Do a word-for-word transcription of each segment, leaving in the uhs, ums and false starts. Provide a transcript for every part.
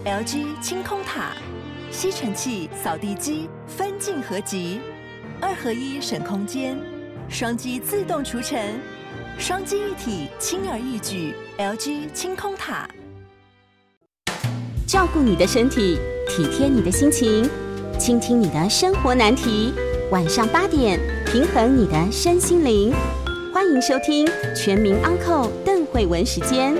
L G 清空塔，吸尘器、扫地机分镜合集，二合一省空间，双击自动除尘，双击一体轻而易举。L G 清空塔， 照顾你的身体，体贴你的心情，倾听你的生活难题。晚上八点，平衡你的身心灵。欢迎收听全民安扣邓慧文时间。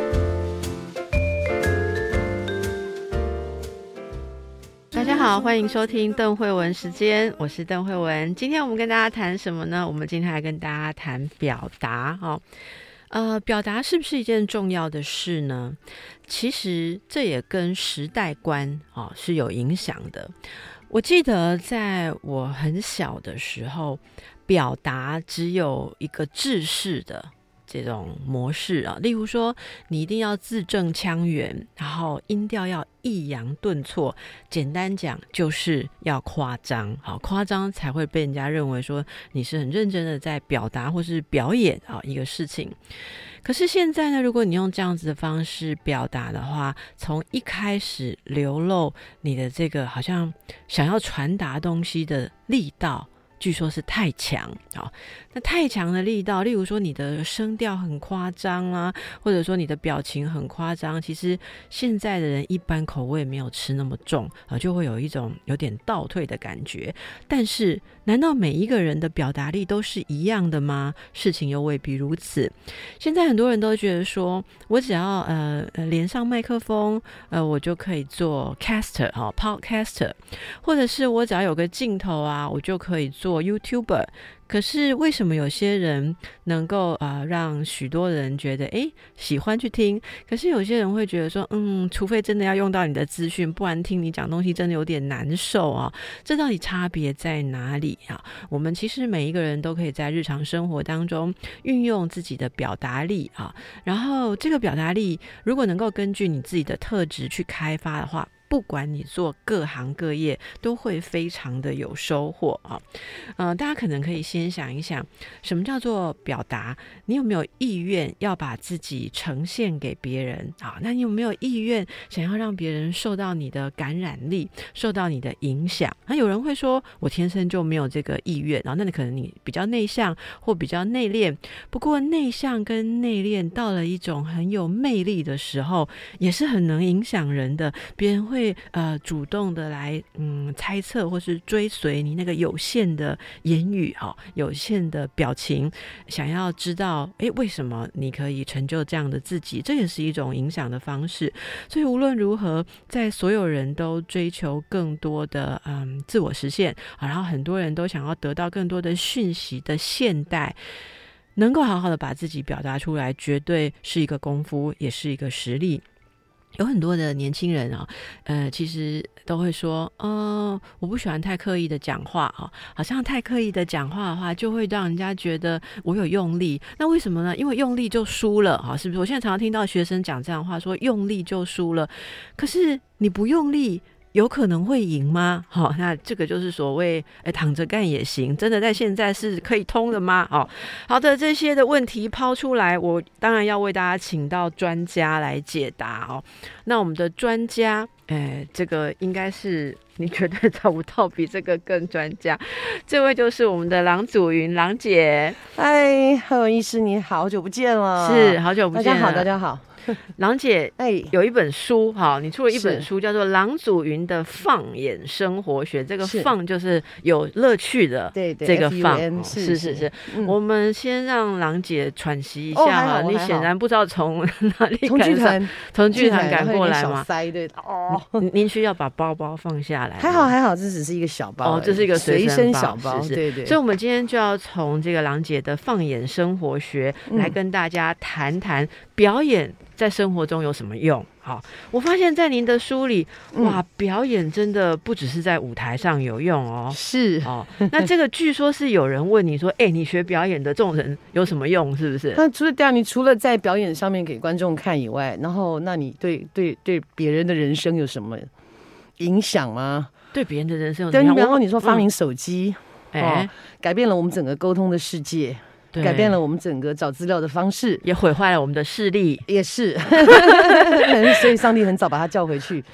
大家好，欢迎收听邓慧文时间，我是邓慧文。今天我们跟大家谈什么呢？我们今天来跟大家谈表达哦。呃，表达是不是一件重要的事呢？其实这也跟时代观哦是有影响的。我记得在我很小的时候，表达只有一个制式的这种模式啊，例如说你一定要字正腔圆，然后音调要抑扬顿挫，简单讲就是要夸张，好，夸张才会被人家认为说你是很认真的在表达或是表演啊一个事情。可是现在呢，如果你用这样子的方式表达的话，从一开始流露你的这个好像想要传达东西的力道，据说是太强。好，那太强的力道，例如说你的声调很夸张啊，或者说你的表情很夸张，其实现在的人一般口味没有吃那么重啊，就会有一种有点倒退的感觉。但是难道每一个人的表达力都是一样的吗？事情又未必如此。现在很多人都觉得说，我只要呃连上麦克风，呃我就可以做 caster 哈、哦、podcaster， 或者是我只要有个镜头啊，我就可以做 YouTuber。可是为什么有些人能够呃让许多人觉得诶喜欢去听，可是有些人会觉得说嗯除非真的要用到你的资讯，不然听你讲东西真的有点难受啊？这到底差别在哪里啊？我们其实每一个人都可以在日常生活当中运用自己的表达力啊，然后这个表达力如果能够根据你自己的特质去开发的话，不管你做各行各业都会非常的有收获啊。呃，大家可能可以先想一想，什么叫做表达？你有没有意愿要把自己呈现给别人啊？那你有没有意愿想要让别人受到你的感染力，受到你的影响？那有人会说，我天生就没有这个意愿，然后那你可能你比较内向或比较内敛。不过内向跟内敛到了一种很有魅力的时候，也是很能影响人的，别人会会呃主动的来嗯猜测或是追随你那个有限的言语、哦、有限的表情，想要知道诶为什么你可以成就这样的自己，这也是一种影响的方式。所以无论如何，在所有人都追求更多的嗯自我实现、啊、然后很多人都想要得到更多的讯息的现代，能够好好的把自己表达出来，绝对是一个功夫，也是一个实力。有很多的年轻人啊，呃，其实都会说，呃，我不喜欢太刻意的讲话啊，好像太刻意的讲话的话，就会让人家觉得我有用力。那为什么呢？因为用力就输了啊，是不是？我现在常常听到学生讲这样的话，说用力就输了。可是你不用力，有可能会赢吗？好、哦，那这个就是所谓诶躺着干也行，真的在现在是可以通的吗？哦，好的，这些的问题抛出来，我当然要为大家请到专家来解答哦。那我们的专家，诶这个应该是你绝对找不到比这个更专家，这位就是我们的郎祖筠郎姐。 嗨，贺文医师你好，好久不见了。 是，好久不见了。 大家好，大家好。 郎姐， 哎， 有一本书，好，你出了一本书，叫做《郎祖筠的放眼生活学》。这个放就是有乐趣的， 对对， 这个放， 哦、 是是是是。 嗯、 我们先让郎姐喘息一下哈、哦，你显然不知道从哪里从剧团从剧团赶过来吗？ 塞对哦， 您需要把包包放下来。 还好还好，这只是一个小包， 哦，这是一个随身小包， 是是对对。 所以，我们今天就要从这个郎姐的放眼生活学、嗯、来跟大家谈谈表演在生活中有什么用。好，我发现在您的书里，哇，嗯、表演真的不只是在舞台上有用哦。 是哦，那这个据说是有人问你说，哎、欸，你学表演的这种人有什么用？是不是？ 那除了这样，你除了在表演上面给观众看以外，然后那你对对对别人的人生有什么影响吗？ 对别人的人生有什么影响？ 对，比方说你说发明手机，哎、嗯哦，改变了我们整个沟通的世界。改变了我们整个找资料的方式， 也毁坏了我们的视力， 也是。所以上帝很早把他叫回去。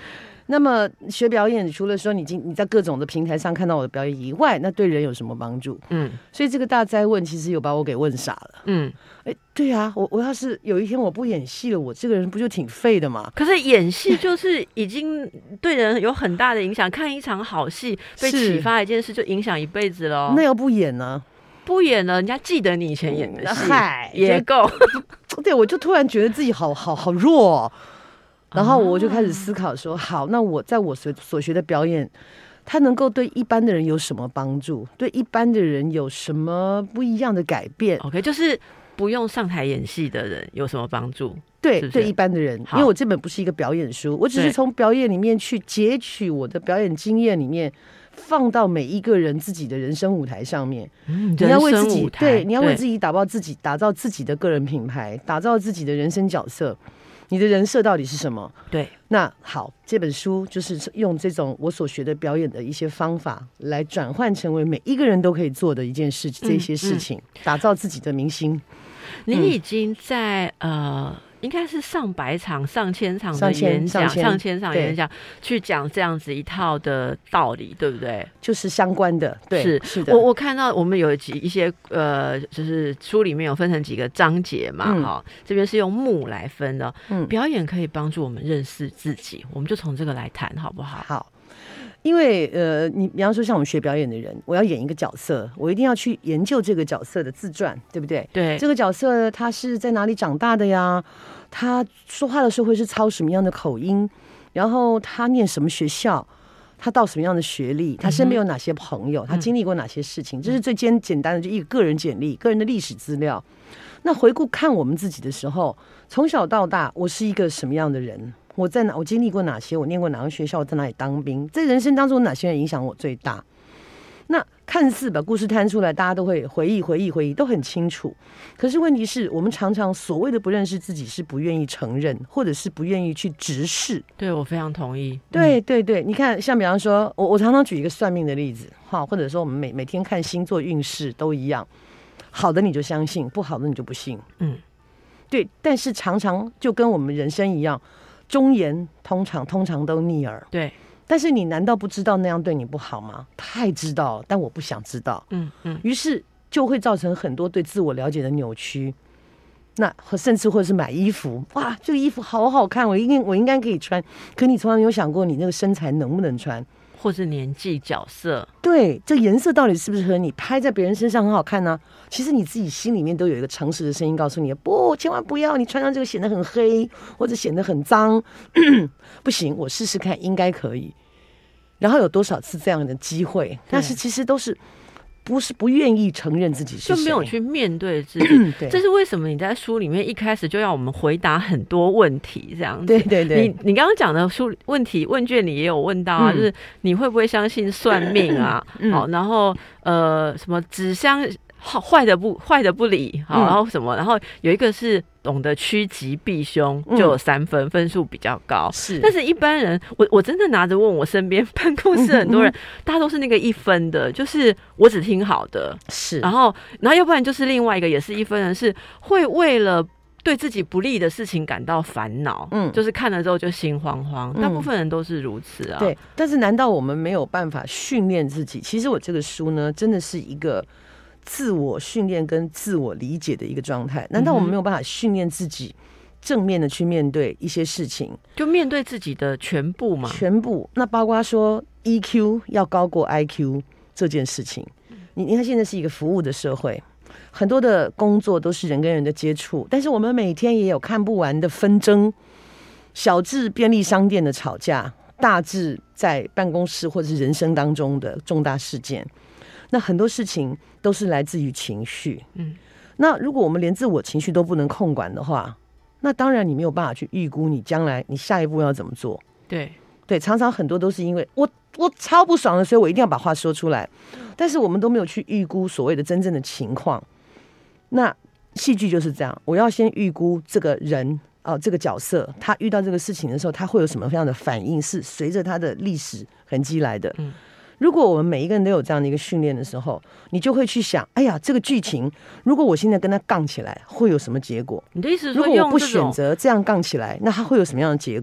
那么学表演，除了说你今你在各种的平台上看到我的表演以外，那对人有什么帮助？嗯，所以这个大哉问其实有把我给问傻了。嗯，哎，对啊，我我要是有一天我不演戏了，我这个人不就挺废的吗？ 可是演戏就是已经对人有很大的影响，看一场好戏被启发一件事就影响一辈子了。 那要不演呢？ 不演了，人家记得你以前演的戏，嗨、嗯，也够。 对，我就突然觉得自己好好好弱、哦。然后我就开始思考说，好，那我在我所所学的表演，它能够对一般的人有什么帮助？对一般的人有什么不一样的改变 ？OK， 就是不用上台演戏的人有什么帮助？ 对， 是是对一般的人，因为我这本不是一个表演书，我只是从表演里面去截取我的表演经验里面，放到每一个人自己的人生舞台上面。嗯，你要为自己，对，你要为自己打造自己，打造自己的个人品牌，打造自己的人生角色。你的人设到底是什么？ 对， 那好，这本书就是用这种我所学的表演的一些方法，来转换成为每一个人都可以做的一件事，这些事情，嗯嗯、打造自己的明星。 你已经在、嗯、呃。应该是上百场、上千场的演讲，上千场演讲，去讲这样子一套的道理，对不对？ 就是相关的，对， 是是的。 我我看到我们有几一些呃，就是书里面有分成几个章节嘛，哈、嗯，这边是用目来分的。嗯，表演可以帮助我们认识自己，我们就从这个来谈，好不好？ 好。因为呃，你比方说像我们学表演的人，我要演一个角色，我一定要去研究这个角色的自传，对不对？ 对， 这个角色他是在哪里长大的呀？他说话的时候会是操什么样的口音？然后他念什么学校？他到什么样的学历？他身边有哪些朋友？他经历过哪些事情？嗯、这是最简简单的，就一个个人简历、个人的历史资料。那回顾看我们自己的时候，从小到大，我是一个什么样的人？我在哪？我经历过哪些？我念过哪个学校？我在哪里当兵？在人生当中，哪些人影响我最大？那看似把故事摊出来，大家都会回忆、回忆、回忆，都很清楚。可是问题是我们常常所谓的不认识自己，是不愿意承认，或者是不愿意去直视。 对，我非常同意。 对对对，你看，像比方说，我我常常举一个算命的例子，哈，或者说我们每每天看星座运势都一样，好的你就相信，不好的你就不信。嗯，对。但是常常就跟我们人生一样。忠言通常通常都逆耳， 对。 但是你难道不知道那样对你不好吗？太知道了，但我不想知道。嗯嗯。于是就会造成很多对自我了解的扭曲。那甚至或者是买衣服，哇，这个衣服好好看，我应该我应该可以穿。可你从来没有想过，你那个身材能不能穿？ 或是年纪、角色， 对，这颜色到底是不是和你拍在别人身上很好看呢？其实你自己心里面都有一个诚实的声音告诉你，不，千万不要，你穿上这个显得很黑，或者显得很脏，不行，我试试看，应该可以。然后有多少次这样的机会？但是其实都是。不是不愿意承认自己是谁， 就没有去面对自己。这是为什么？你在书里面一开始就要我们回答很多问题，这样子。 对对对。 你你刚刚讲的书问题问卷里也有问到啊，嗯、就是你会不会相信算命啊？嗯、好，然后呃，什么只相坏的不坏的不理，好，然后什么，然后有一个是懂得趋吉避凶，就有三分，嗯、分数比较高。 是， 但是一般人，我我真的拿着问我身边办公室很多人，嗯、大家都是那个一分的，就是我只听好的。 是， 然后然后要不然就是另外一个也是一分人，是会为了对自己不利的事情感到烦恼，嗯，就是看了之后就心慌慌。大部分人都是如此啊。 对，但是难道我们没有办法训练自己？其实我这个书呢，真的是一个。自我训练跟自我理解的一个状态，难道我们没有办法训练自己正面的去面对一些事情， 就面对自己的全部嘛？ 全部，那包括说 E Q 要高过 I Q 这件事情。你你看，现在是一个服务的社会，很多的工作都是人跟人的接触，但是我们每天也有看不完的纷争，小至便利商店的吵架，大至在办公室或者是人生当中的重大事件。那很多事情都是来自于情绪，嗯，那如果我们连自我情绪都不能控管的话，那当然你没有办法去预估你将来你下一步要怎么做。 对对，常常很多都是因为我我超不爽了，所以我一定要把话说出来，但是我们都没有去预估所谓的真正的情况。那戏剧就是这样，我要先预估这个人哦、呃，这个角色他遇到这个事情的时候，他会有什么样的反应，是随着他的历史痕迹来的。嗯。如果我们每一个人都有这样的一个训练的时候，你就会去想，哎呀，这个剧情如果我现在跟他杠起来会有什么结果？ 你的意思是说， 如果我不选择这样杠起来，那他会有什么样的结果？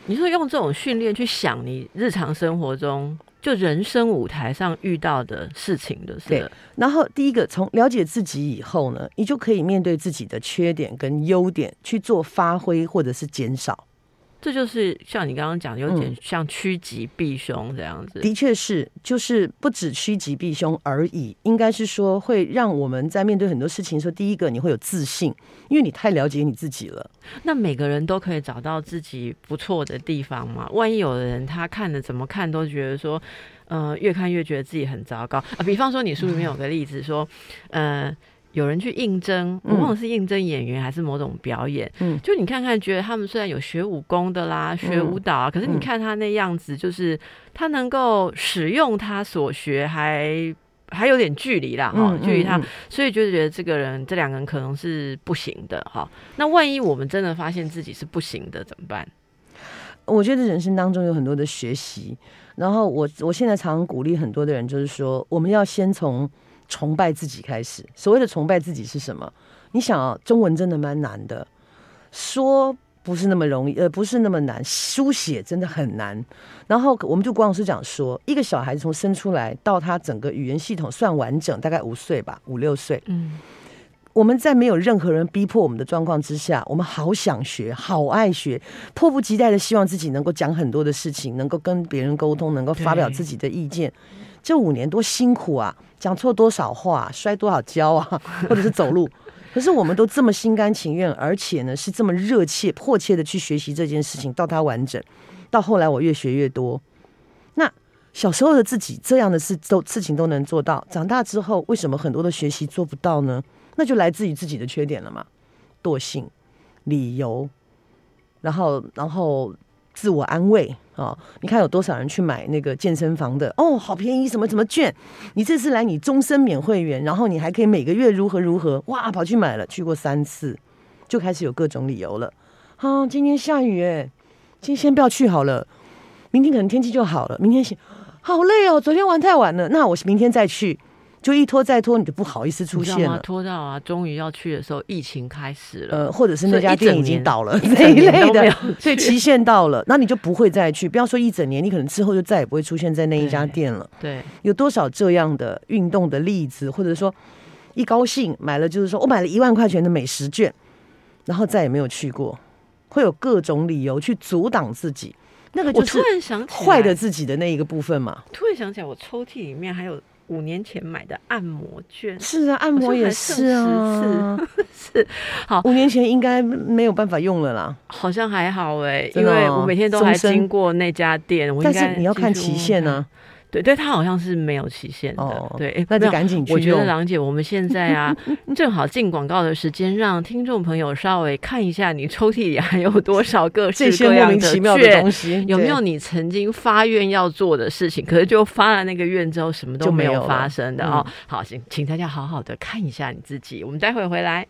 你说用这种训练去想你日常生活中就人生舞台上遇到的事情的是的。 然后第一个从了解自己以后呢，你就可以面对自己的缺点跟优点去做发挥或者是减少。 这就是像你刚刚讲，有点像趋吉避凶这样子。 嗯、的确是，就是不止趋吉避凶而已，应该是说会让我们在面对很多事情的时候，第一个你会有自信，因为你太了解你自己了。 那每个人都可以找到自己不错的地方吗？万一有的人他看了怎么看都觉得说，呃，越看越觉得自己很糟糕啊。比方说你书里面有个例子说，呃。有人去应征，我忘了是应征演员还是某种表演，嗯，就你看看，觉得他们虽然有学武功的啦，学舞蹈啊，嗯、可是你看他那样子，就是他能够使用他所学还，还还有点距离啦，哈、嗯，距离他，所以就觉得这个人，这两个人可能是不行的，哈。那万一我们真的发现自己是不行的，怎么办？ 我觉得人生当中有很多的学习，然后我我现在常常鼓励很多的人，就是说，我们要先从崇拜自己开始。所谓的崇拜自己是什么？你想啊，中文真的蛮难的，说不是那么容易，呃，不是那么难，书写真的很难。然后我们就光是讲说，一个小孩子从生出来到他整个语言系统算完整，大概五岁吧，五六岁。嗯，我们在没有任何人逼迫我们的状况之下，我们好想学，好爱学，迫不及待的希望自己能够讲很多的事情，能够跟别人沟通，能够发表自己的意见。这五年多辛苦啊，讲错多少话，摔多少跤啊，或者是走路。可是我们都这么心甘情愿，而且呢是这么热切、迫切的去学习这件事情，到它完整。到后来我越学越多。那小时候的自己这样的事都事情都能做到，长大之后为什么很多的学习做不到呢？那就来自于自己的缺点了嘛，惰性、理由，然后然后自我安慰。哦，你看有多少人去买那个健身房的哦，好便宜，什么什么券，你这次来你终身免会员，然后你还可以每个月如何如何，哇，跑去买了，去过三次，就开始有各种理由了。啊，今天下雨哎，今天先不要去好了，明天可能天气就好了，明天好累哦，昨天玩太晚了，那我明天再去。就一拖再拖，你就不好意思出现了。 拖到啊，终于要去的时候，疫情开始了， 呃，或者是那家店已经倒了，这一类的，所以期限到了，那你就不会再去。不要说一整年，你可能之后就再也不会出现在那一家店了。 对，对， 有多少这样的运动的例子，或者说一高兴买了，就是说我买了一万块钱的美食券，然后再也没有去过，会有各种理由去阻挡自己。那个就是坏的自己的那一个部分嘛。 突然想起来，我抽屉里面还有五年前买的按摩券。 是啊，按摩也是啊， 是。好， 五年前应该没有办法用了啦。 好像还好哎、欸，因为我每天都还经过那家店，我应该但是你要看期限啊。 对对，它好像是没有期限的。哦、对， 那就赶紧去用。 我觉得郎姐，我们现在啊，正好进广告的时间，让听众朋友稍微看一下你抽屉里还有多少各式各样的券， 莫名其妙的东西， 有没有你曾经发愿要做的事情，可是就发了那个愿之后，什么都没有发生的哦。好，请请大家好好的看一下你自己。我们待会回来。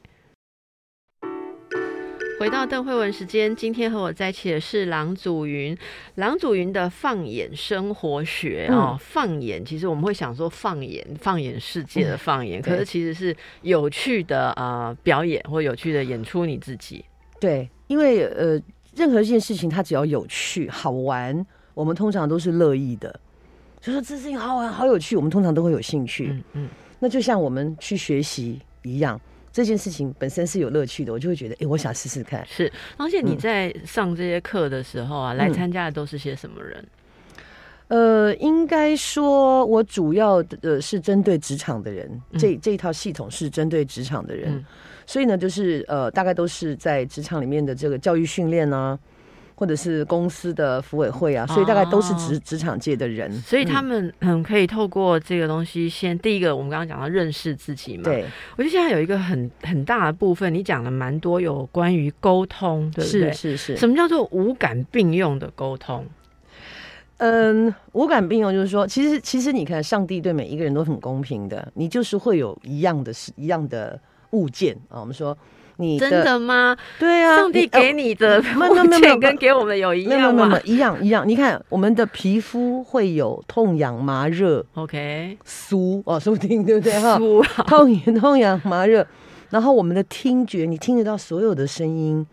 回到邓慧文时间，今天和我在一起的是郎祖筠。郎祖筠的放眼生活学、嗯哦、放眼其实我们会想说放眼放眼世界的放眼、嗯、可是其实是有趣的、呃、表演或有趣的演出你自己。 对，因为呃，任何一件事情它只要有趣好玩，我们通常都是乐意的，就说这事情好玩好有趣，我们通常都会有兴趣。嗯嗯，那就像我们去学习一样，这件事情本身是有乐趣的，我就会觉得，哎、欸，我想试试看。 是，而且你在上这些课的时候啊，嗯、来参加的都是些什么人？ 呃，应该说，我主要的、呃、是针对职场的人，嗯、这这一套系统是针对职场的人，嗯、所以呢，就是呃，大概都是在职场里面的这个教育训练啊。或者是公司的福委会啊，所以大概都是职职场界的人， 所以他们很可以透过这个东西先，第一个我们刚刚讲到认识自己嘛， 对， 我觉得现在有一个很很大的部分，你讲了蛮多有关于沟通，对不对？ 是是是， 什么叫做五感并用的沟通？ 嗯，五感并用就是说，其实其实你看，上帝对每一个人都很公平的，你就是会有一样的一样的物件啊，我们说。你的真的吗？ 对啊， 上帝给你的物件跟给我们有一样吗？ 一样一样。你看，我们的皮肤会有痛痒麻热 ，OK， 酥哦，说不定对不对哈？ 酥痛痛痒麻热，然后我们的听觉，你听得到所有的声音，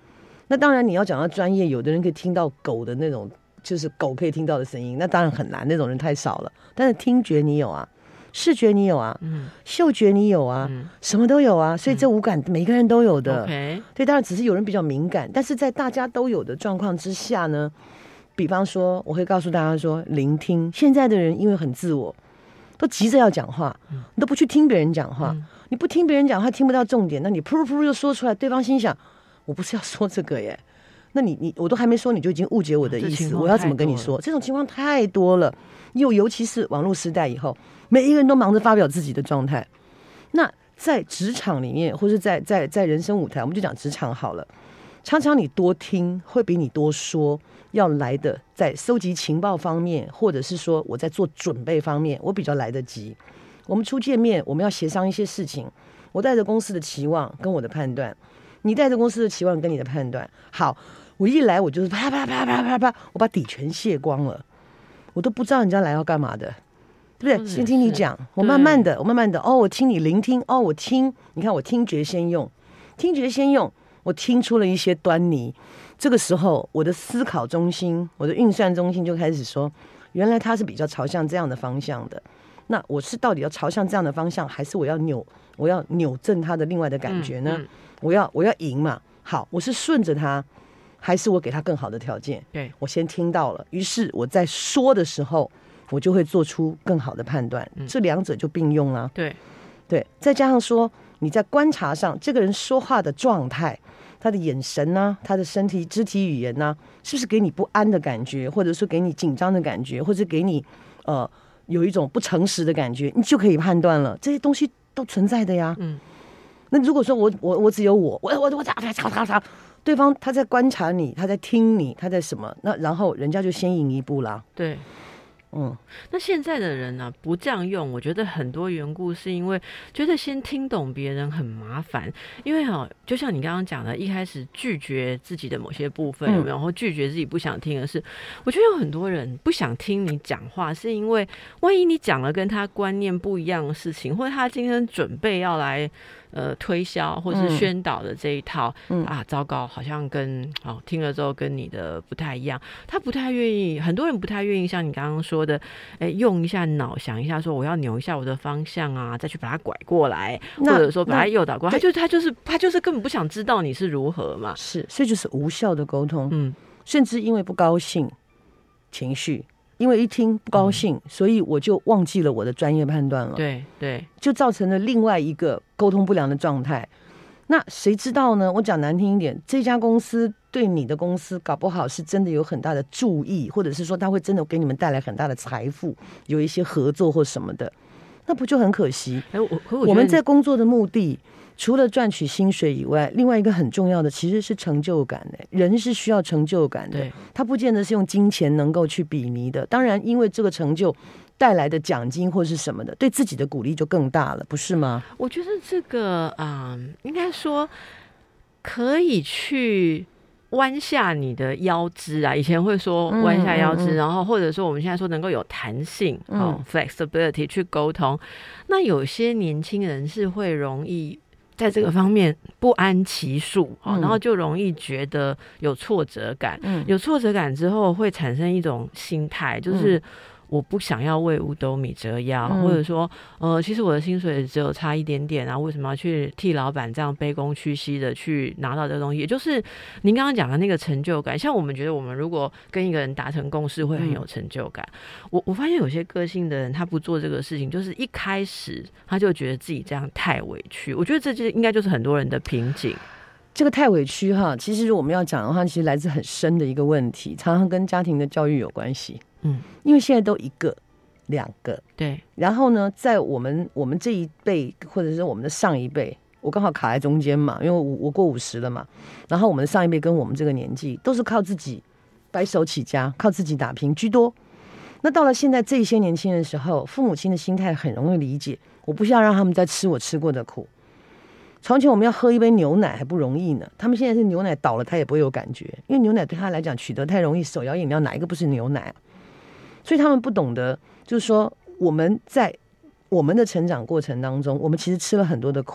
那当然你要讲到专业，有的人可以听到狗的那种，就是狗可以听到的声音，那当然很难，那种人太少了。但是听觉你有啊，视觉你有啊，嗯，嗅觉你有啊，嗯，什么都有啊，所以这五感每个人都有的。 OK， 对，当然只是有人比较敏感，但是在大家都有的状况之下呢，比方说我会告诉大家说，聆听。现在的人因为很自我，都急着要讲话，嗯，你都不去听别人讲话，嗯，你不听别人讲话，听不到重点，那你噗噗噗又说出来，对方心想，我不是要说这个耶。那你你我都还没说，你就已经误解我的意思，我要怎么跟你说？这种情况太多了，又尤其是网络时代以后，每一个人都忙着发表自己的状态。那在职场里面，或是在在在人生舞台，我们就讲职场好了。常常你多听，会比你多说要来的，在收集情报方面，或者是说我在做准备方面，我比较来得及。我们初见面，我们要协商一些事情，我带着公司的期望跟我的判断，你带着公司的期望跟你的判断，好。我一来我就是啪啪啪啪啪啪，我把底全卸光了，我都不知道人家来要干嘛的，对不对？先听你讲，我慢慢的，我慢慢的，哦，我听你聆听，哦，我听，你看我听觉先用，听觉先用，我听出了一些端倪。这个时候，我的思考中心，我的运算中心就开始说，原来他是比较朝向这样的方向的。那我是到底要朝向这样的方向，还是我要扭，我要扭正他的另外的感觉呢？嗯嗯、我要我要赢嘛？好，我是顺着他。还是我给他更好的条件？ 对， 我先听到了，于是我在说的时候，我就会做出更好的判断。嗯、这两者就并用了。 对， 对，再加上说你在观察上，这个人说话的状态，他的眼神呢、啊，他的身体肢体语言呢、啊，是不是给你不安的感觉，或者说给你紧张的感觉，或者给你呃有一种不诚实的感觉，你就可以判断了。这些东西都存在的呀。嗯。那如果说我我我只有我我我我咋咋咋咋，对方他在观察你，他在听你，他在什么？那然后人家就先赢一步啦。 对，嗯。那现在的人呢、啊，不这样用，我觉得很多缘故是因为觉得先听懂别人很麻烦，因为哈、哦，就像你刚刚讲的，一开始拒绝自己的某些部分，有没有？然后拒绝自己不想听的事，我觉得有很多人不想听你讲话，是因为万一你讲了跟他观念不一样的事情，或者他今天准备要来。呃，推销或是宣导的这一套、嗯、啊，糟糕，好像跟哦听了之后跟你的不太一样，他不太愿意，很多人不太愿意像你刚刚说的，哎，用一下脑想一下，说我要扭一下我的方向啊，再去把它拐过来，或者说把它诱导过来，他就他就是他就是根本不想知道你是如何嘛， 是，所以就是无效的沟通，嗯，甚至因为不高兴，情绪。因为一听不高兴、嗯，所以我就忘记了我的专业判断了。 对对， 就造成了另外一个沟通不良的状态。那谁知道呢？我讲难听一点，这家公司对你的公司搞不好是真的有很大的注意，或者是说他会真的给你们带来很大的财富，有一些合作或什么的，那不就很可惜？ 哎，我我我们在工作的目的。除了赚取薪水以外，另外一个很重要的其实是成就感的。人是需要成就感的，他不见得是用金钱能够去比拟的。当然，因为这个成就带来的奖金或是什么的，对自己的鼓励就更大了，不是吗？ 我觉得这个啊、嗯，应该说可以去弯下你的腰肢啊，以前会说弯下腰肢、嗯嗯嗯、然后或者说我们现在说能够有弹性、嗯哦、flexibility 去沟通。那有些年轻人是会容易在这个方面不安其数、哦嗯、然后就容易觉得有挫折感、嗯、有挫折感之后会产生一种心态，就是、嗯我不想要为五斗米折腰、嗯、或者说呃，其实我的薪水只有差一点点啊，为什么要去替老板这样卑躬屈膝的去拿到这个东西？也就是您刚刚讲的那个成就感，像我们觉得我们如果跟一个人达成共识会很有成就感、嗯、我我发现有些个性的人他不做这个事情，就是一开始他就觉得自己这样太委屈，我觉得这就应该就是很多人的瓶颈。 这个太委屈哈，其实我们要讲的话，其实来自很深的一个问题，常常跟家庭的教育有关系。嗯，因为现在都一个、两个， 对。 然后呢，在我们我们这一辈，或者是我们的上一辈，我刚好卡在中间嘛，因为我我过五十了嘛。然后我们的上一辈跟我们这个年纪，都是靠自己白手起家，靠自己打拼居多。那到了现在这些年轻人的时候，父母亲的心态很容易理解，我不需要让他们再吃我吃过的苦。从前我们要喝一杯牛奶还不容易呢，他们现在是牛奶倒了他也不会有感觉，因为牛奶对他来讲取得太容易，手摇饮料哪一个不是牛奶啊？所以他们不懂得，就是说我们在我们的成长过程当中，我们其实吃了很多的苦，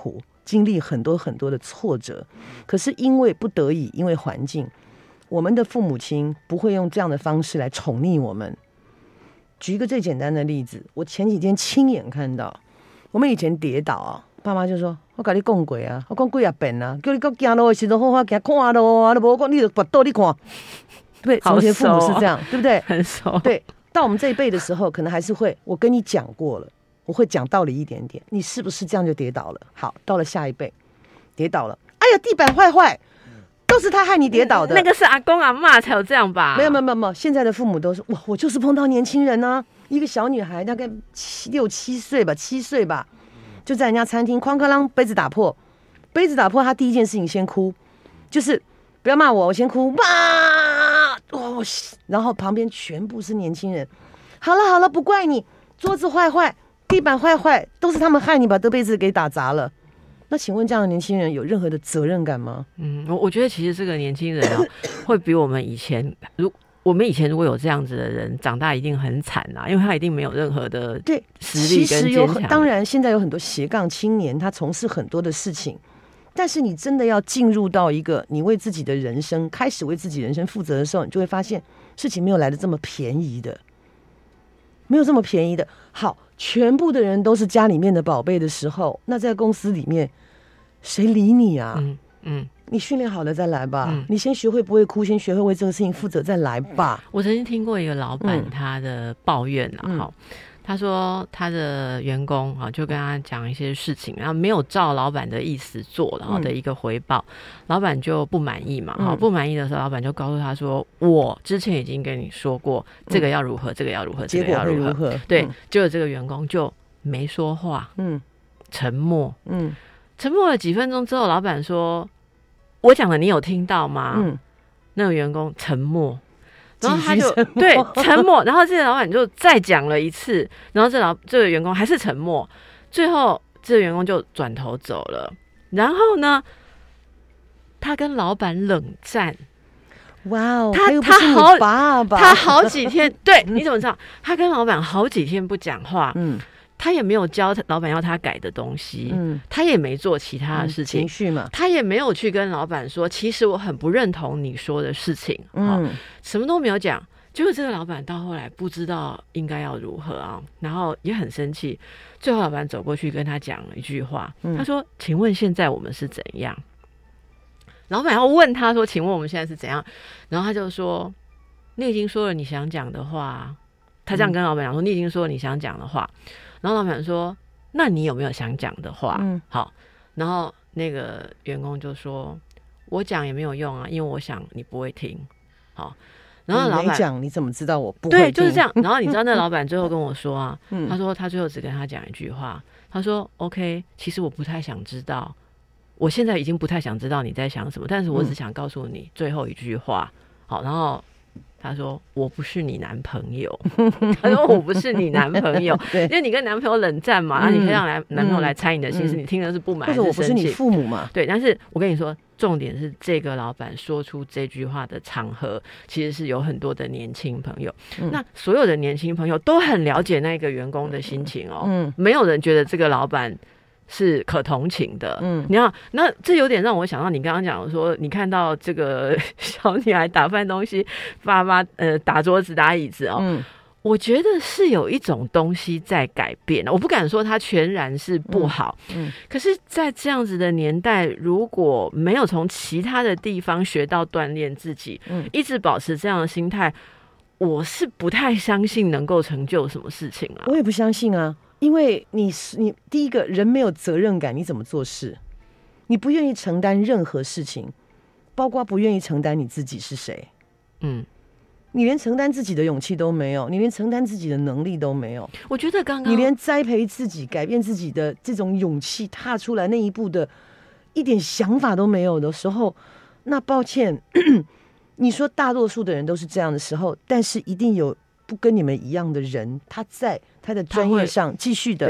经历很多很多的挫折，可是因为不得已，因为环境，我们的父母亲不会用这样的方式来宠溺我们。举一个最简单的例子，我前几天亲眼看到，我们以前跌倒啊，爸妈就说：“我跟你讲过啊，我讲过也笨啊，叫你到走路的时候好好行看路啊，你无讲你就拔倒你看。”对不对？从前父母是这样，对不对？ 很熟。 对，到我们这一辈的时候，可能还是会，我跟你讲过了，我会讲道理一点点，你是不是这样就跌倒了？好，到了下一辈，跌倒了，哎呀，地板坏坏，都是他害你跌倒的。 那个是阿公阿嬷才有这样吧？ 没有没有没有没有，现在的父母都是哇，我就是碰到年轻人啊，一个小女孩大概七六七岁吧，七岁吧，就在人家餐厅哐哐啷杯子打破，杯子打破，她第一件事情先哭，就是不要骂我，我先哭，哇哇，然后旁边全部是年轻人，好了好了，不怪你，桌子坏坏，地板坏坏，都是他们害你把这杯子给打砸了。那请问这样的年轻人有任何的责任感吗？ 嗯，我我觉得其实这个年轻人啊，会比我们以前，如我们以前如果有这样子的人，长大一定很惨啊，因为他一定没有任何的对实力跟坚强。 当然，现在有很多斜杠青年，他从事很多的事情，但是你真的要进入到一个你为自己的人生开始为自己人生负责的时候，你就会发现事情没有来的这么便宜的，没有这么便宜的。好，全部的人都是家里面的宝贝的时候，那在公司里面谁理你啊？嗯嗯，你训练好了再来吧、嗯、你先学会不会哭，先学会为这个事情负责再来吧。 我曾经听过一个老板他的抱怨啊、嗯、他说他的员工就跟他讲一些事情，然后没有照老板的意思做，然后的一个回报、嗯、老板就不满意嘛、嗯、不满意的时候老板就告诉他说，我之前已经跟你说过这个要如何、嗯、这个要如何，这个要如何， 结果会如何， 对、 嗯、 结果这个员工就没说话，嗯，沉默， 嗯， 沉默了几分钟之后，老板说，我讲的你有听到吗？嗯，那个员工沉默，然后他就对沉默，然后这个老板就再讲了一次，然后这老这个员工还是沉默，最后这个员工就转头走了。然后呢，他跟老板冷战。 哇哦， 他他好爸爸， 他好几天对，你怎么知道？他跟老板好几天不讲话，嗯。他也没有教老板要他改的东西、嗯、他也没做其他的事情、嗯、 情绪嘛， 他也没有去跟老板说其实我很不认同你说的事情、嗯、什么都没有讲。结果这个老板到后来不知道应该要如何啊，然后也很生气，最后老板走过去跟他讲了一句话、嗯、他说，请问现在我们是怎样？老板要问他说，请问我们现在是怎样？然后他就说，你已经说了你想讲的话。他这样跟老板讲说、嗯、你已经说了你想讲的话。然后老板说，那你有没有想讲的话、嗯、好，然后那个员工就说，我讲也没有用啊，因为我想你不会听。好，然后老板没讲你怎么知道我不会听？ 对，就是这样。然后你知道那老板最后跟我说啊、嗯、他说他最后只跟他讲一句话，他说 OK， 其实我不太想知道，我现在已经不太想知道你在想什么，但是我只想告诉你最后一句话。好，然后他说我不是你男朋友他说我不是你男朋友因为你跟男朋友冷战嘛、嗯、然后你可以让男朋友来猜你的心思、嗯、你听的是不满还是生气， 或者我不是你父母嘛。 对，但是我跟你说重点是这个老板说出这句话的场合其实是有很多的年轻朋友、嗯、那所有的年轻朋友都很了解那个员工的心情哦、嗯、没有人觉得这个老板是可同情的。嗯，你看，那这有点让我想到你刚刚讲说，你看到这个小女孩打翻东西，爸爸呃打桌子打椅子哦。嗯，我觉得是有一种东西在改变，我不敢说它全然是不好。嗯，嗯可是，在这样子的年代，如果没有从其他的地方学到锻炼自己，嗯，一直保持这样的心态，我是不太相信能够成就什么事情啊。 我也不相信啊。因为你你第一个人没有责任感，你怎么做事？你不愿意承担任何事情，包括不愿意承担你自己是谁。嗯，你连承担自己的勇气都没有，你连承担自己的能力都没有。 我觉得刚刚你连栽培自己、改变自己的这种勇气，踏出来那一步的一点想法都没有的时候，那抱歉，你说大多数的人都是这样的时候，但是一定有不跟你们一样的人，他在他的专业上继续的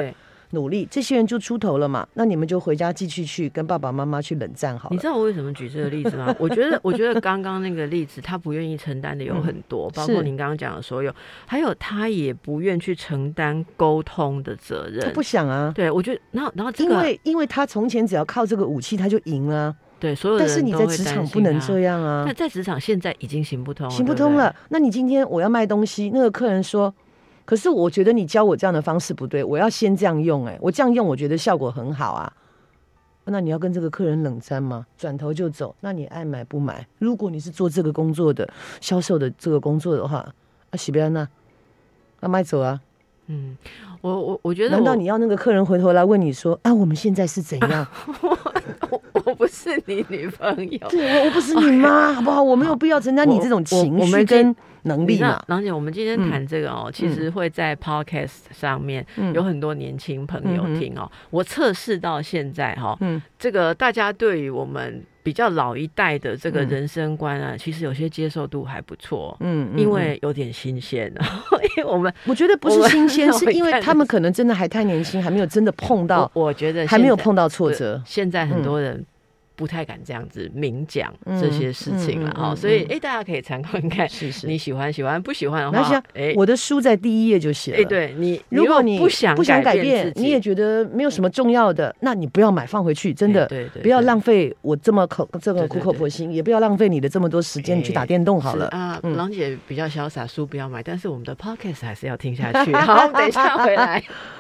努力，这些人就出头了嘛。那你们就回家继续去跟爸爸妈妈去冷战好了。 你知道我为什么举这个例子吗？我觉得，我觉得刚刚那个例子，他不愿意承担的有很多，嗯、包括您刚刚讲的所有，还有他也不愿去承担沟通的责任。 他不想啊。 对，我觉得，然后，然后这个， 因为因为他从前只要靠这个武器，他就赢了。 对，所有的人但是你在职场不能这样啊。 那在职场现在已经行不通了， 行不通了。对对，那你今天我要卖东西，那个客人说，可是我觉得你教我这样的方式不对，我要先这样用、欸，哎，我这样用我觉得效果很好啊。那你要跟这个客人冷战吗？转头就走？那你爱买不买？如果你是做这个工作的销售的这个工作的话，啊，喜不要那，那卖走啊。 嗯，我我我觉得， 难道你要那个客人回头来问你说啊，我们现在是怎样？ 我, 我不是你女朋友， 对，我不是你妈，好不好？我没有必要承担你这种情绪跟能力嘛。 郎姐，我们今天谈这个哦，嗯、其实会在 podcast 上面有很多年轻朋友听哦。嗯、我测试到现在哈、哦，嗯，这个大家对于我们比较老一代的这个人生观啊，嗯、其实有些接受度还不错，嗯，因为有点新鲜。因为我们我觉得不是新鲜，是因为他们可能真的还太年轻，还没有真的碰到。 我, 我觉得还没有碰到挫折。 现在很多人不太敢这样子明讲这些事情了哈，所以哎、欸，大家可以参考看看，是是，你喜欢喜欢，不喜欢的话， 哎，我的书在第一页就写了。哎， 对你， 如果你不想不想改变，你也觉得没有什么重要的，那你不要买，放回去，真的， 对对， 不要浪费我这么口这个苦口婆心，也不要浪费你的这么多时间，你去打电动好了啊。郎姐比较潇洒，书不要买，但是我们的 podcast 还是要听下去。好，等一下回来。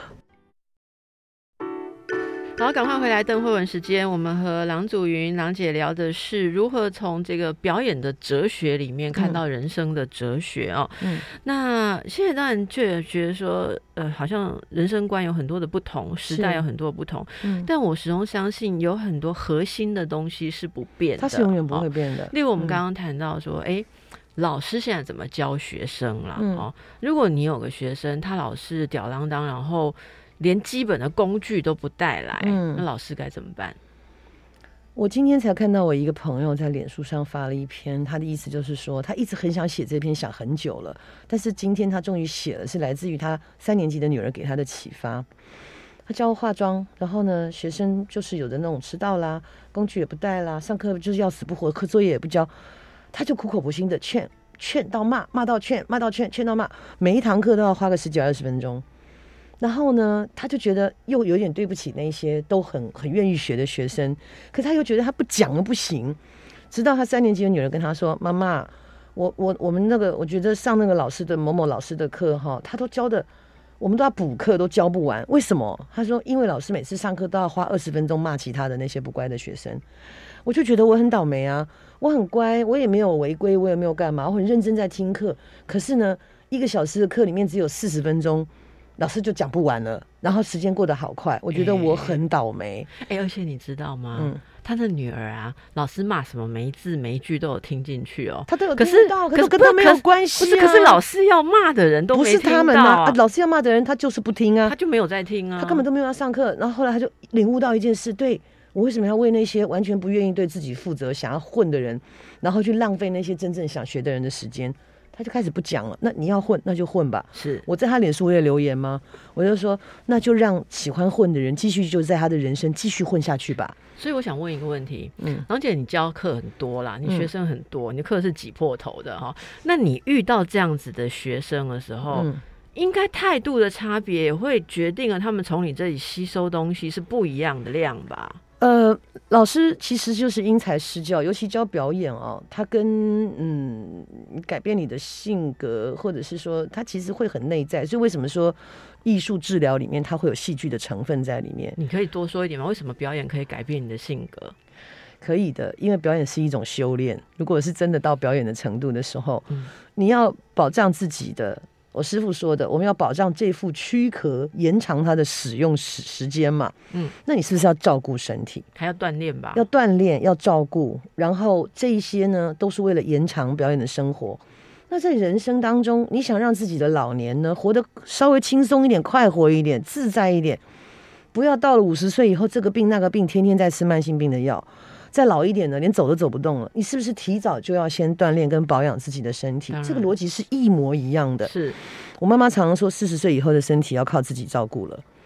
好，赶快回来邓慧文时间，我们和郎祖筠郎姐聊的是如何从这个表演的哲学里面看到人生的哲学哦。嗯，那现在当然就觉得说，呃，好像人生观有很多的不同，时代有很多的不同，嗯，但我始终相信有很多核心的东西是不变的， 它是永远不会变的。哦、 例如我们刚刚谈到说，哎、嗯。老师现在怎么教学生啦？嗯、哦，如果你有个学生，他老是吊郎当，然后连基本的工具都不带来，嗯、那老师该怎么办？ 我今天才看到我一个朋友在脸书上发了一篇，他的意思就是说，他一直很想写这篇，想很久了，但是今天他终于写了，是来自于他三年级的女儿给他的启发。他教化妆，然后呢，学生就是有的那种迟到啦，工具也不带啦，上课就是要死不活，课作业也不交。他就苦口婆心的劝，劝到骂，骂到劝，骂到劝，劝到骂，每一堂课都要花个十几二十分钟。然后呢，他就觉得又有点对不起那些都很很愿意学的学生，可是他又觉得他不讲了不行。直到他三年级的女儿跟他说：“妈妈，我我我们那个，我觉得上那个老师的某某老师的课哈，他都教的，我们都要补课都教不完，为什么？”他说：“因为老师每次上课都要花二十分钟骂其他的那些不乖的学生。”我就觉得我很倒霉啊，我很乖，我也没有违规，我也没有干嘛，我很认真在听课。可是呢，一个小时的课里面只有四十分钟，老师就讲不完了，然后时间过得好快，我觉得我很倒霉。 哎、欸欸，而且你知道吗？嗯，他的女儿啊，老师骂什么，每一字每一句都有听进去哦。 他都有听到，可是跟他没有关系、啊。 不是，可是老师要骂的人都没听到、啊、不是他们啊， 老师要骂的人他就是不听啊， 他就没有在听啊， 他根本都没有要上课。然后后来他就领悟到一件事，对。我为什么要为那些完全不愿意对自己负责、想要混的人，然后去浪费那些真正想学的人的时间？他就开始不讲了。那你要混，那就混吧。 是我在他脸书我也留言吗？我就说，那就让喜欢混的人继续就在他的人生继续混下去吧。 所以我想问一个问题，嗯，郎姐，你教课很多啦，你学生很多，嗯、你的课是挤破头的哈。那你遇到这样子的学生的时候，嗯、应该态度的差别也会决定了他们从你这里吸收东西是不一样的量吧？ 呃，老师其实就是因材施教，尤其教表演哦，他跟嗯改变你的性格，或者是说他其实会很内在。所以为什么说艺术治疗里面它会有戏剧的成分在里面？ 你可以多说一点吗？为什么表演可以改变你的性格？ 可以的，因为表演是一种修炼。如果是真的到表演的程度的时候，嗯、你要保障自己的。我师父说的，我们要保障这副躯壳，延长它的使用时时间嘛。嗯，那你是不是要照顾身体？ 还要锻炼吧？ 要锻炼，要照顾，然后这一些呢，都是为了延长表演的生活。那在人生当中，你想让自己的老年呢，活得稍微轻松一点、快活一点、自在一点，不要到了五十岁以后，这个病那个病，天天在吃慢性病的药。再老一点呢，连走都走不动了，你是不是提早就要先锻炼跟保养自己的身体？这个逻辑是一模一样的。 是我妈妈常常说，四十岁以后的身体要靠自己照顾了，因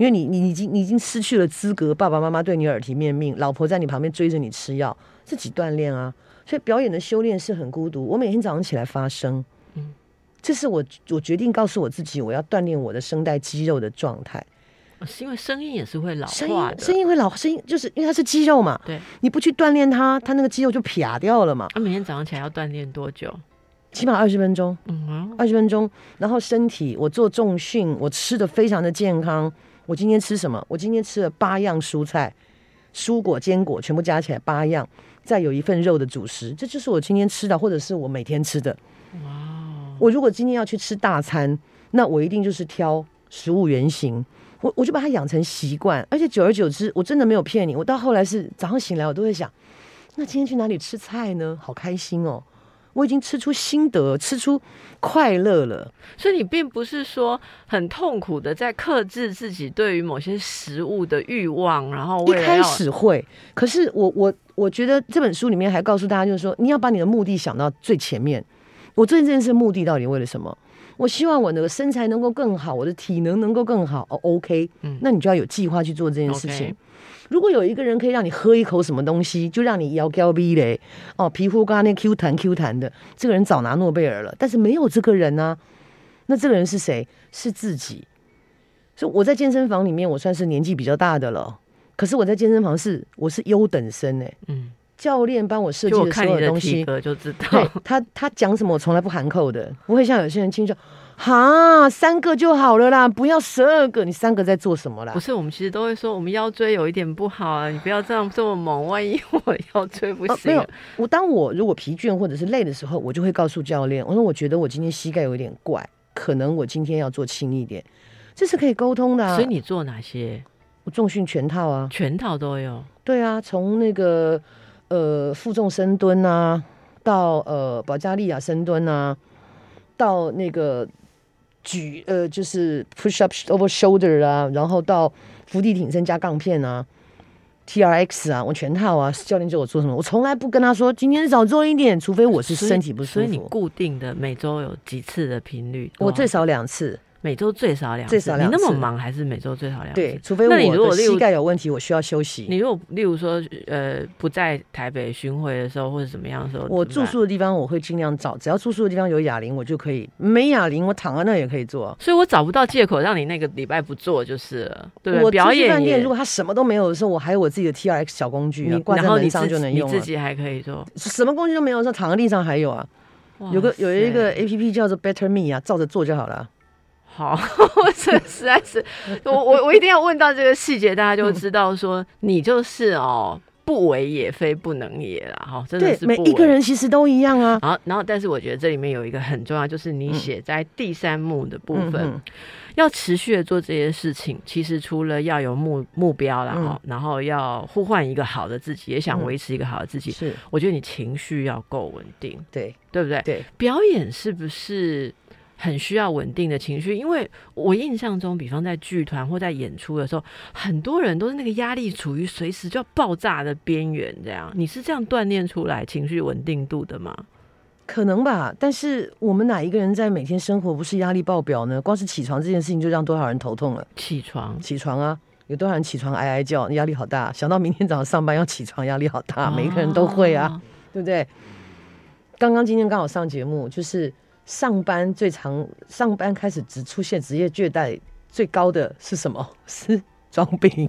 因为你你已经你已经失去了资格，爸爸妈妈对你耳提面命，老婆在你旁边追着你吃药，自己锻炼啊。所以表演的修炼是很孤独。我每天早上起来发声，嗯，这是我我决定告诉我自己，我要锻炼我的声带肌肉的状态。 是因为声音也是会老化的， 声音声音会老，声音就是因为它是肌肉嘛， 对， 你不去锻炼它，它那个肌肉就撇掉了嘛。 啊，每天早上起来要锻炼多久？ 起码二十分钟， 嗯， 二十分钟。然后身体，我做重训，我吃的非常的健康。我今天吃什么？我今天吃了八样蔬菜、蔬果、坚果，全部加起来八样。再有一份肉的主食，这就是我今天吃的，或者是我每天吃的。哇！我如果今天要去吃大餐，那我一定就是挑食物原型，我我就把它养成习惯，而且久而久之，我真的没有骗你，我到后来是早上醒来，我都会想，那今天去哪里吃菜呢？好开心哦！我已经吃出心得，吃出快乐了。 所以你并不是说很痛苦的在克制自己对于某些食物的欲望，然后为了要一开始会，可是我我我觉得这本书里面还告诉大家，就是说你要把你的目的想到最前面。我做这件事的目的到底为了什么？我希望我的身材能够更好，我的体能能够更好。哦 ，OK，、嗯、那你就要有计划去做这件事情。Okay. 如果有一个人可以让你喝一口什么东西，就让你摇高逼嘞，哦，皮肤刚刚那 Q 弹 Q 弹的，这个人早拿诺贝尔了。但是没有这个人啊，那这个人是谁？是自己。所以我在健身房里面，我算是年纪比较大的了。可是我在健身房是我是优等生哎、欸，嗯，教练帮我设计的所有东西， 就, 就知道， 对他他讲什么我从来不含扣的，不会像有些人听说。哈，三个就好了啦，不要十二个。你三个在做什么啦？ 不是，我们其实都会说，我们腰椎有一点不好啊，你不要这样这么猛，万一我腰椎不行、啊哦。没有， 我当我如果疲倦或者是累的时候，我就会告诉教练，我说我觉得我今天膝盖有点怪，可能我今天要做轻一点，这是可以沟通的、啊。 所以你做哪些？ 我重训全套啊， 全套都有。 对啊，从那个呃负重深蹲啊，到呃保加利亚深蹲啊，到那个。举呃就是 push up over shoulder 啊，然后到伏地挺身加杠片啊 ，T R X 啊，我全套啊。教练叫我做什么，我从来不跟他说今天少做一点，除非我是身体不舒服。 所以, 所以你固定的每周有几次的频率？ 我最少两次。 每周最少两次， 最少两次。 你那么忙，还是每周最少两次？ 对，除非我的膝盖有问题，我需要休息。 你如果例如说，呃，不在台北巡回的时候，或者怎么样的时候， 我住宿的地方我会尽量找，只要住宿的地方有哑铃，我就可以；没哑铃，我躺在那也可以做。 所以我找不到借口让你那个礼拜不做就是了，对不对？我表演饭店如果他什么都没有的时候，我还有我自己的 T R X 小工具啊，挂在门上就能用、啊。 你自己还可以做， 什么工具都没有的时候，躺在地上还有啊。有个有一个 A P P 叫做 Better Me 啊，照着做就好了。 好，这实在是我我我一定要问到这个细节，大家就知道说你就是哦，不为也非不能也啦，哈，真的是对每一个人其实都一样啊。 好，然后但是我觉得这里面有一个很重要，就是你写在第三幕的部分，嗯、要持续的做这些事情，其实除了要有目目标啦，嗯、然后要呼唤一个好的自己，也想维持一个好的自己，嗯、是，我觉得你情绪要够稳定， 对对不对？ 对， 表演是不是？很需要稳定的情绪，因为我印象中，比方在剧团或在演出的时候，很多人都是那个压力处于随时就要爆炸的边缘。这样，你是这样锻炼出来情绪稳定度的吗？ 可能吧，但是我们哪一个人在每天生活不是压力爆表呢？光是起床这件事情就让多少人头痛了。 起床， 起床啊！有多少人起床哀哀叫，压力好大。想到明天早上上班要起床，压力好大。哦、每一个人都会啊，对不对？刚刚今天刚好上节目，就是。上班最常上班开始只出现职业倦怠最高的是什么？是装病。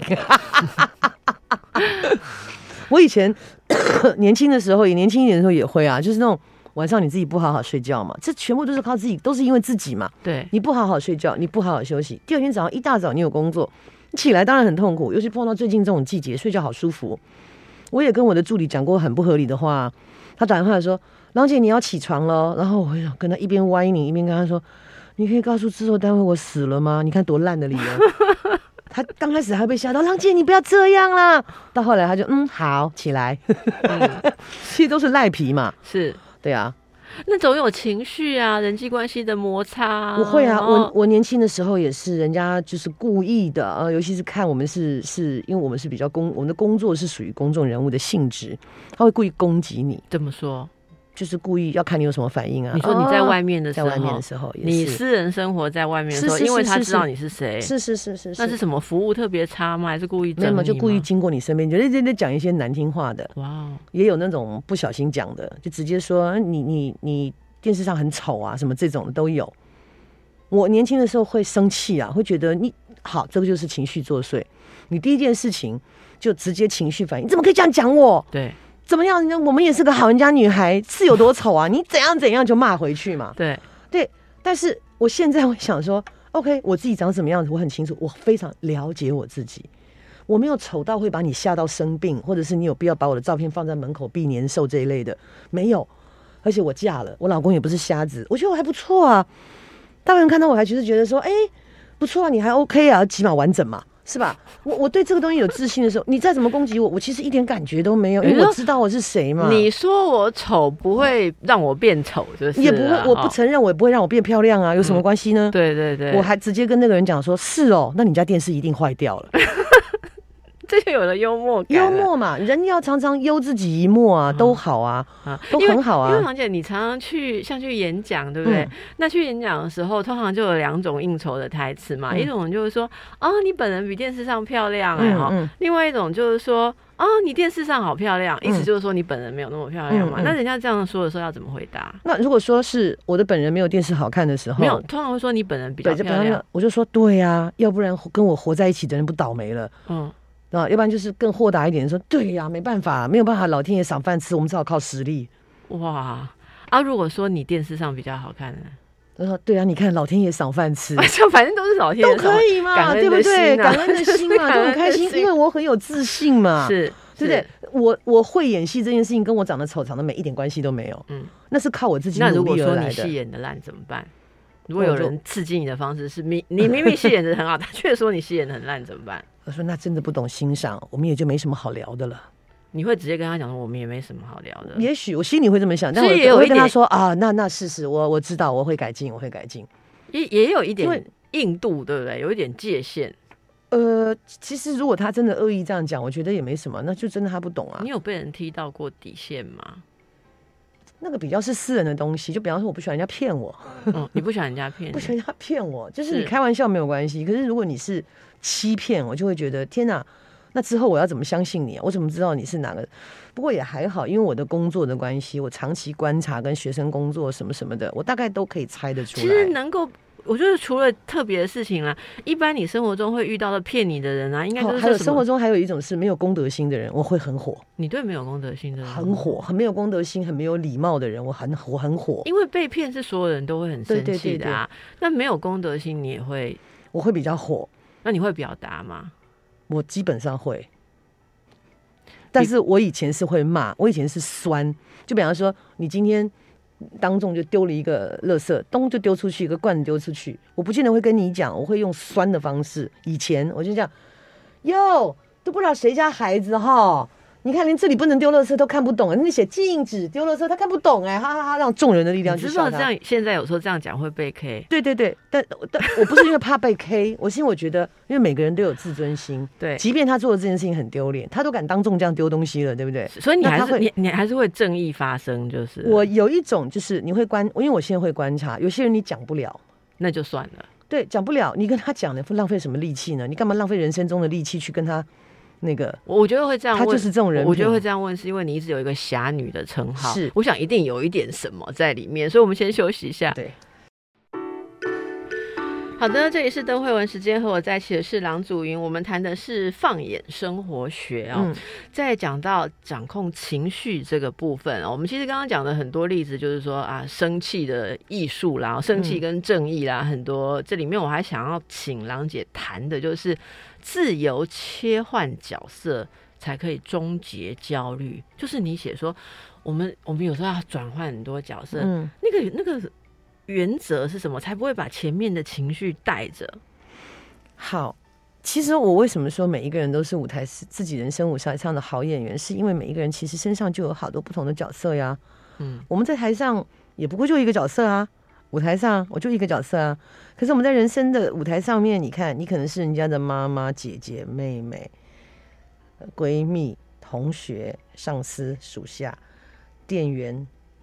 我以前年轻的时候，也年轻一点的时候也会啊，就是那种晚上你自己不好好睡觉嘛，这全部都是靠自己，都是因为自己嘛。 对， 你不好好睡觉，你不好好休息，第二天早上一大早你有工作，你起来当然很痛苦，尤其碰到最近这种季节，睡觉好舒服。我也跟我的助理讲过很不合理的话，他打电话说。郎姐，你要起床了，然后我跟他一边歪你，一边跟他说：“你可以告诉制作单位我死了吗？你看多烂的理由。”他刚开始还被吓到，郎姐你不要这样啦。到后来他就嗯好起来，嗯、其实都是赖皮嘛， 是对啊。 那总有情绪啊，人际关系的摩擦、啊。 我会啊，我我年轻的时候也是，人家就是故意的啊、呃，尤其是看我们是是因为我们是比较公，我们的工作是属于公众人物的性质，他会故意攻击你。 怎么说？ 就是故意要看你有什么反应啊。 你说你在外面的时候， 在外面的时候也是， 你私人生活在外面的时候， 是是是是是因为他知道你是谁， 是是是是是， 那是什么服务特别差吗？还是故意整你吗？ 没有，就故意经过你身边，就在在讲一些难听话的。 哇， 也有那种不小心讲的，就直接说你你你电视上很丑啊，什么这种的都有。我年轻的时候会生气啊，会觉得你好，这个就是情绪作祟。你第一件事情就直接情绪反应，你怎么可以这样讲我？ 对。 怎么样？我们也是个好人家女孩，是有多丑啊？你怎样怎样就骂回去嘛。 对对，但是我现在会想说 ，OK， 我自己长什么样子，我很清楚，我非常了解我自己。我没有丑到会把你吓到生病，或者是你有必要把我的照片放在门口避年兽这一类的，没有。而且我嫁了，我老公也不是瞎子，我觉得我还不错啊。大人看到我还就是觉得说，哎，不错啊，你还 OK 啊，起码完整嘛。是吧？我我对这个东西有自信的时候，你再怎么攻击我，我其实一点感觉都没有，因为我知道我是谁嘛。 你说我丑不会让我变丑，就是也不会，我不承认，我也不会让我变漂亮啊，有什么关系呢？ 嗯、对对对， 我还直接跟那个人讲说：“是哦，那你家电视一定坏掉了。” 这就有了幽默感。 幽默嘛，人要常常悠自己一默啊，都好啊，啊都很好啊。 因为唐姐，你常常去像去演讲，对不对？嗯、那去演讲的时候，通常就有两种应酬的台词嘛，嗯、一种就是说，哦，你本人比电视上漂亮哎、欸、哈、嗯嗯；另外一种就是说，哦，你电视上好漂亮，意思就是说你本人没有那么漂亮嘛。嗯嗯、那人家这样说的时候要怎么回答？ 那如果说是我的本人没有电视好看的时候， 没有，通常会说你本人比较漂亮， 我就说对啊，要不然跟我活在一起的人不倒霉了。嗯。啊，要不然就是更豁达一点，说对呀、啊，没办法，没有办法，老天爷赏饭吃，我们只好靠实力。 哇啊！如果说你电视上比较好看呢？ 他说对啊，你看老天爷赏饭吃， 反正都是老天爷都可以嘛， 啊、 对不对？感恩的心嘛，都很开心，因为我很有自信嘛， 是， 对不对？我我会演戏这件事情跟我长得丑、长得美一点关系都没有，嗯，那是靠我自己努力而来的。 那如果说你戏演的烂怎么办？如果有人刺激你的方式是你你明明戏演的很好，他却说你戏演的很烂，怎么办？ 我说那真的不懂欣赏，我们也就没什么好聊的了。 你会直接跟他讲说，我们也没什么好聊的。 也许我心里会这么想，但我我会跟他说啊，那那是是，我我知道，我会改进，我会改进。 也也有一点硬度，对不对？有一点界限。 呃，其实如果他真的恶意这样讲，我觉得也没什么，那就真的他不懂啊。 你有被人踢到过底线吗？ 那个比较是私人的东西，就比方说我不喜欢人家骗我， 嗯，你不喜欢人家骗你， 不喜欢人家骗我，就是你开玩笑没有关系，可是如果你是欺骗，我就会觉得天哪，那之后我要怎么相信你啊？我怎么知道你是哪个？不过也还好，因为我的工作的关系，我长期观察跟学生工作什么什么的，我大概都可以猜得出来。 其实能够。我觉得除了特别的事情啦，一般你生活中会遇到的骗你的人啊，应该就是、哦、 还有生活中还有一种是没有公德心的人，我会很火。 你对没有公德心的人很火，很没有公德心、很没有礼貌的人，我很我很火。 因为被骗是所有人都会很生气的啊。那没有公德心，你也会， 我会比较火。 那你会表达吗？ 我基本上会，但是我以前是会骂，我以前是酸。就比方说，你今天。当众就丢了一个垃圾，咚就丢出去，一个罐子丢出去。我不见得会跟你讲，我会用酸的方式。以前我就这样，哟，都不知道谁家孩子哈，你看连这里不能丢垃圾都看不懂，那写禁止丢垃圾，他看不懂哎，哈哈哈！让众人的力量去笑他。 知道这样，现在有时候这样讲会被 K。 对对对，但但我不是因为怕被 K， 我是因为我觉得，因为每个人都有自尊心，对，即便他做的这件事情很丢脸，他都敢当众这样丢东西了，对不对？ 所以你还是你你还是会正义发声，就是我有一种就是你会观，因为我现在会观察，有些人你讲不了， 那就算了。 对，讲不了，你跟他讲的浪费什么力气呢？你干嘛浪费人生中的力气去跟他？那个， 我觉得会这样问， 他就是这种人。 我觉得会这样问，是因为你一直有一个侠女的称号，是，我想一定有一点什么在里面，所以我们先休息一下。 对， 好的，这里是邓慧文时间，和我在一起的是郎祖筠，我们谈的是放眼生活学哦。嗯、在讲到掌控情绪这个部分，我们其实刚刚讲的很多例子，就是说啊，生气的艺术啦，生气跟正义啦，嗯、很多。这里面我还想要请郎姐谈的就是。自由切换角色才可以终结焦虑，就是你写说，我们我们有时候要转换很多角色，嗯、那个那个原则是什么，才不会把前面的情绪带着？ 好，其实我为什么说每一个人都是舞台自己人生舞台上的好演员，是因为每一个人其实身上就有好多不同的角色呀。嗯，我们在台上也不过就一个角色啊。舞台上我就一个角色啊，可是我们在人生的舞台上面，你看，你可能是人家的妈妈、姐姐、妹妹、闺蜜、同学、上司、属下、店员、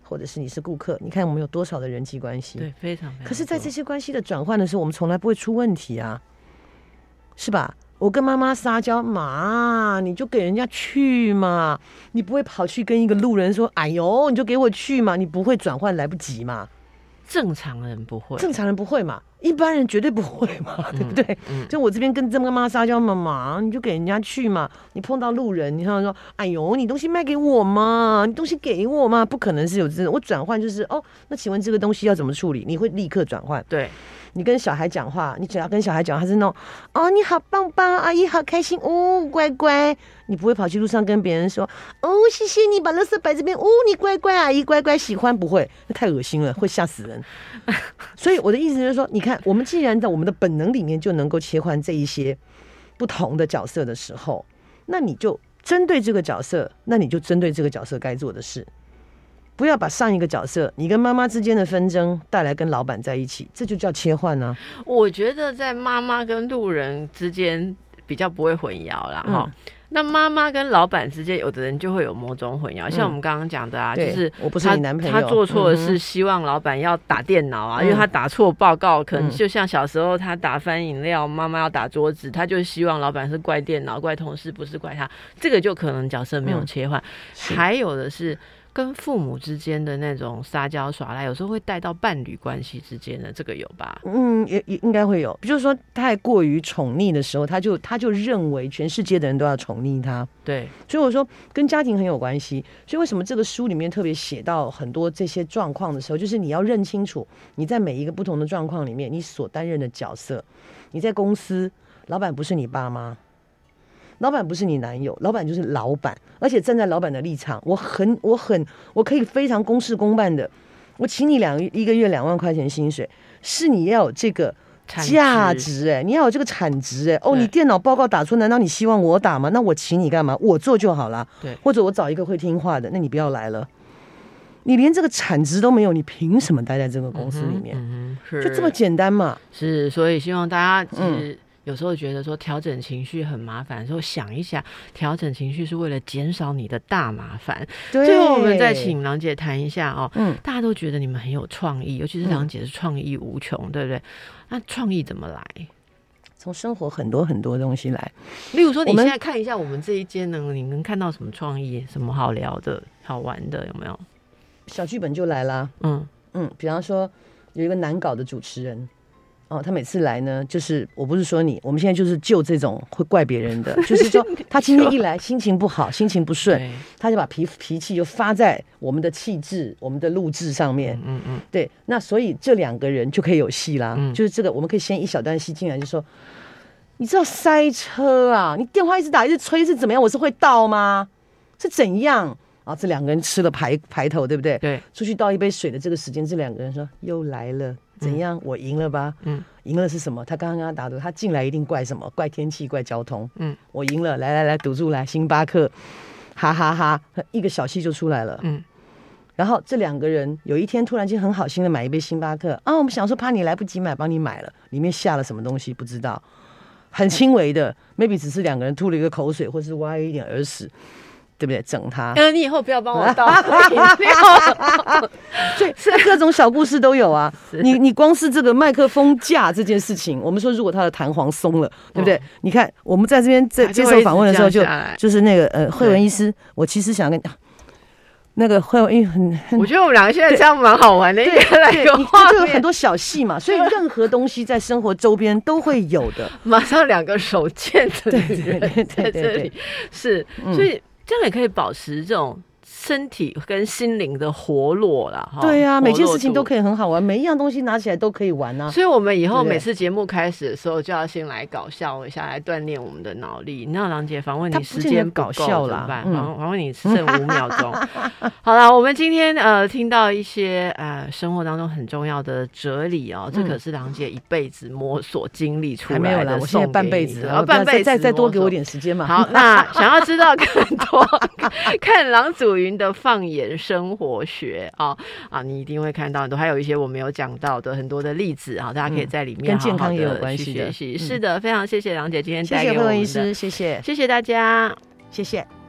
或者是你是顾客，你看我们有多少的人际关系？ 对，非常非常。 可是，在这些关系的转换的时候，我们从来不会出问题啊，是吧？我跟妈妈撒娇嘛，你就给人家去嘛，你不会跑去跟一个路人说，哎呦，你就给我去嘛，你不会转换来不及嘛？ 正常人不会， 正常人不会嘛，一般人绝对不会嘛，嗯、对不对？嗯、就我这边跟这妈妈撒娇嘛嘛，你就给人家去嘛。你碰到路人，你看说，哎呦，你东西卖给我嘛，你东西给我嘛，不可能是有这种。我转换就是哦，那请问这个东西要怎么处理？你会立刻转换。对，你跟小孩讲话，你只要跟小孩讲，他是那种哦，你好棒棒，阿姨好开心哦，乖乖。你不会跑去路上跟别人说哦，谢谢你把垃圾摆这边哦，你乖乖，阿姨乖乖喜欢，不会，那太恶心了，会吓死人。所以我的意思就是说，你看，我们既然在我们的本能里面就能够切换这一些不同的角色的时候，那你就针对这个角色，那你就针对这个角色该做的事，不要把上一个角色你跟妈妈之间的纷争带来跟老板在一起，这就叫切换啊。 我觉得在妈妈跟路人之间比较不会混淆啦哈。嗯，那妈妈跟老板之间，有的人就会有某种混淆，嗯、像我们刚刚讲的啊，就是我不是你男朋友， 他做错的是希望老板要打电脑啊，嗯、因为他打错报告，可能就像小时候他打翻饮料，妈妈要打桌子，他就希望老板是怪电脑、怪同事，不是怪他，这个就可能角色没有切换。嗯、还有的是跟父母之间的那种撒娇耍赖，有时候会带到伴侣关系之间的，这个有吧？ 嗯，也也应该会有。比如说太过于宠溺的时候，他就他就认为全世界的人都要宠溺他。 对， 所以我说跟家庭很有关系。所以为什么这个书里面特别写到很多这些状况的时候，就是你要认清楚你在每一个不同的状况里面，你所担任的角色。你在公司，老板不是你爸妈。老板不是你男友，老板就是老板，而且站在老板的立场，我很我很我可以非常公事公办的，我请你两一个月两万块钱薪水，是你要有这个价值哎、欸，你要有这个产值哎、欸，哦，你电脑报告打错，难道你希望我打吗？那我请你干嘛？我做就好了，对，或者我找一个会听话的，那你不要来了。你连这个产值都没有，你凭什么待在这个公司里面？嗯嗯、就这么简单嘛。 是，所以希望大家其实、嗯。有时候觉得说调整情绪很麻烦的时候，想一下调整情绪是为了减少你的大麻烦。最后我们再请郎姐谈一下哦，嗯，大家都觉得你们很有创意，尤其是郎姐是创意无穷，嗯、对不对？那创意怎么来？ 从生活很多很多东西来。 例如说，你现在看一下我们这一间呢，你能看到什么创意？什么好聊的好玩的？有没有？ 小剧本就来啦。嗯嗯，比方说有一个难搞的主持人。哦，他每次来呢，就是我不是说你，我们现在就是救这种会怪别人的，就是说他今天一来心情不好，心情不顺，他就把脾脾气就发在我们的气质、我们的录制上面。嗯嗯，对，那所以这两个人就可以有戏啦。嗯、就是这个，我们可以先一小段戏进来，就说，你知道塞车啊，你电话一直打一直催是怎么样？我是会到吗？是怎样？啊，这两个人吃了排排头，对不对？对，出去倒一杯水的这个时间，这两个人说又来了。怎样？嗯、我赢了吧？嗯，赢了是什么？他刚刚跟他打赌，他进来一定怪什么？怪天气，怪交通。嗯，我赢了，来来来，赌注来，星巴克，哈哈哈哈，一个小戏就出来了。嗯，然后这两个人有一天突然间很好心的买一杯星巴克啊，我们想说怕你来不及买，帮你买了，里面下了什么东西不知道，很轻微的 ，maybe 只是两个人吐了一个口水，或是挖一点耳屎。对不对？整他， 呃，你以后不要帮我倒所以各种小故事都有啊。你你光是这个麦克风架这件事情，我们说如果它的弹簧松了，对不对？哦、你看我们在这边在接受访问的时候就，就就是那个呃慧文医师，我其实想跟那个慧文，因为很， 我觉得我们两个现在这样蛮好玩的，一个来一个画面， 就有很多小戏嘛，所以任何东西在生活周边都会有的。 马上两个手贱的女人在这里，是，所以。这样也可以保持这种身体跟心灵的活络啦。 对啊，每件事情都可以很好玩，每一样东西拿起来都可以玩啊。 所以我们以后每次节目开始的时候就要先来搞笑一下，来锻炼我们的脑力。那郎姐访问你时间不够怎么办？访访问你剩五秒钟。好了，我们今天呃听到一些呃生活当中很重要的哲理哦，这可是郎姐一辈子摸索经历出来的。还没有啦， 我现在半辈子， 然后半辈子再再多给我点时间嘛。 好，那想要知道更多，看郎祖筠的放眼生活学啊、哦、啊，你一定会看到很多，还有一些我没有讲到的很多的例子啊，大家可以在里面好好的去学习。跟健康也有关系的。是的，非常谢谢郎姐今天带给我们的， 谢谢慧文医师，谢谢， 谢谢大家， 谢谢。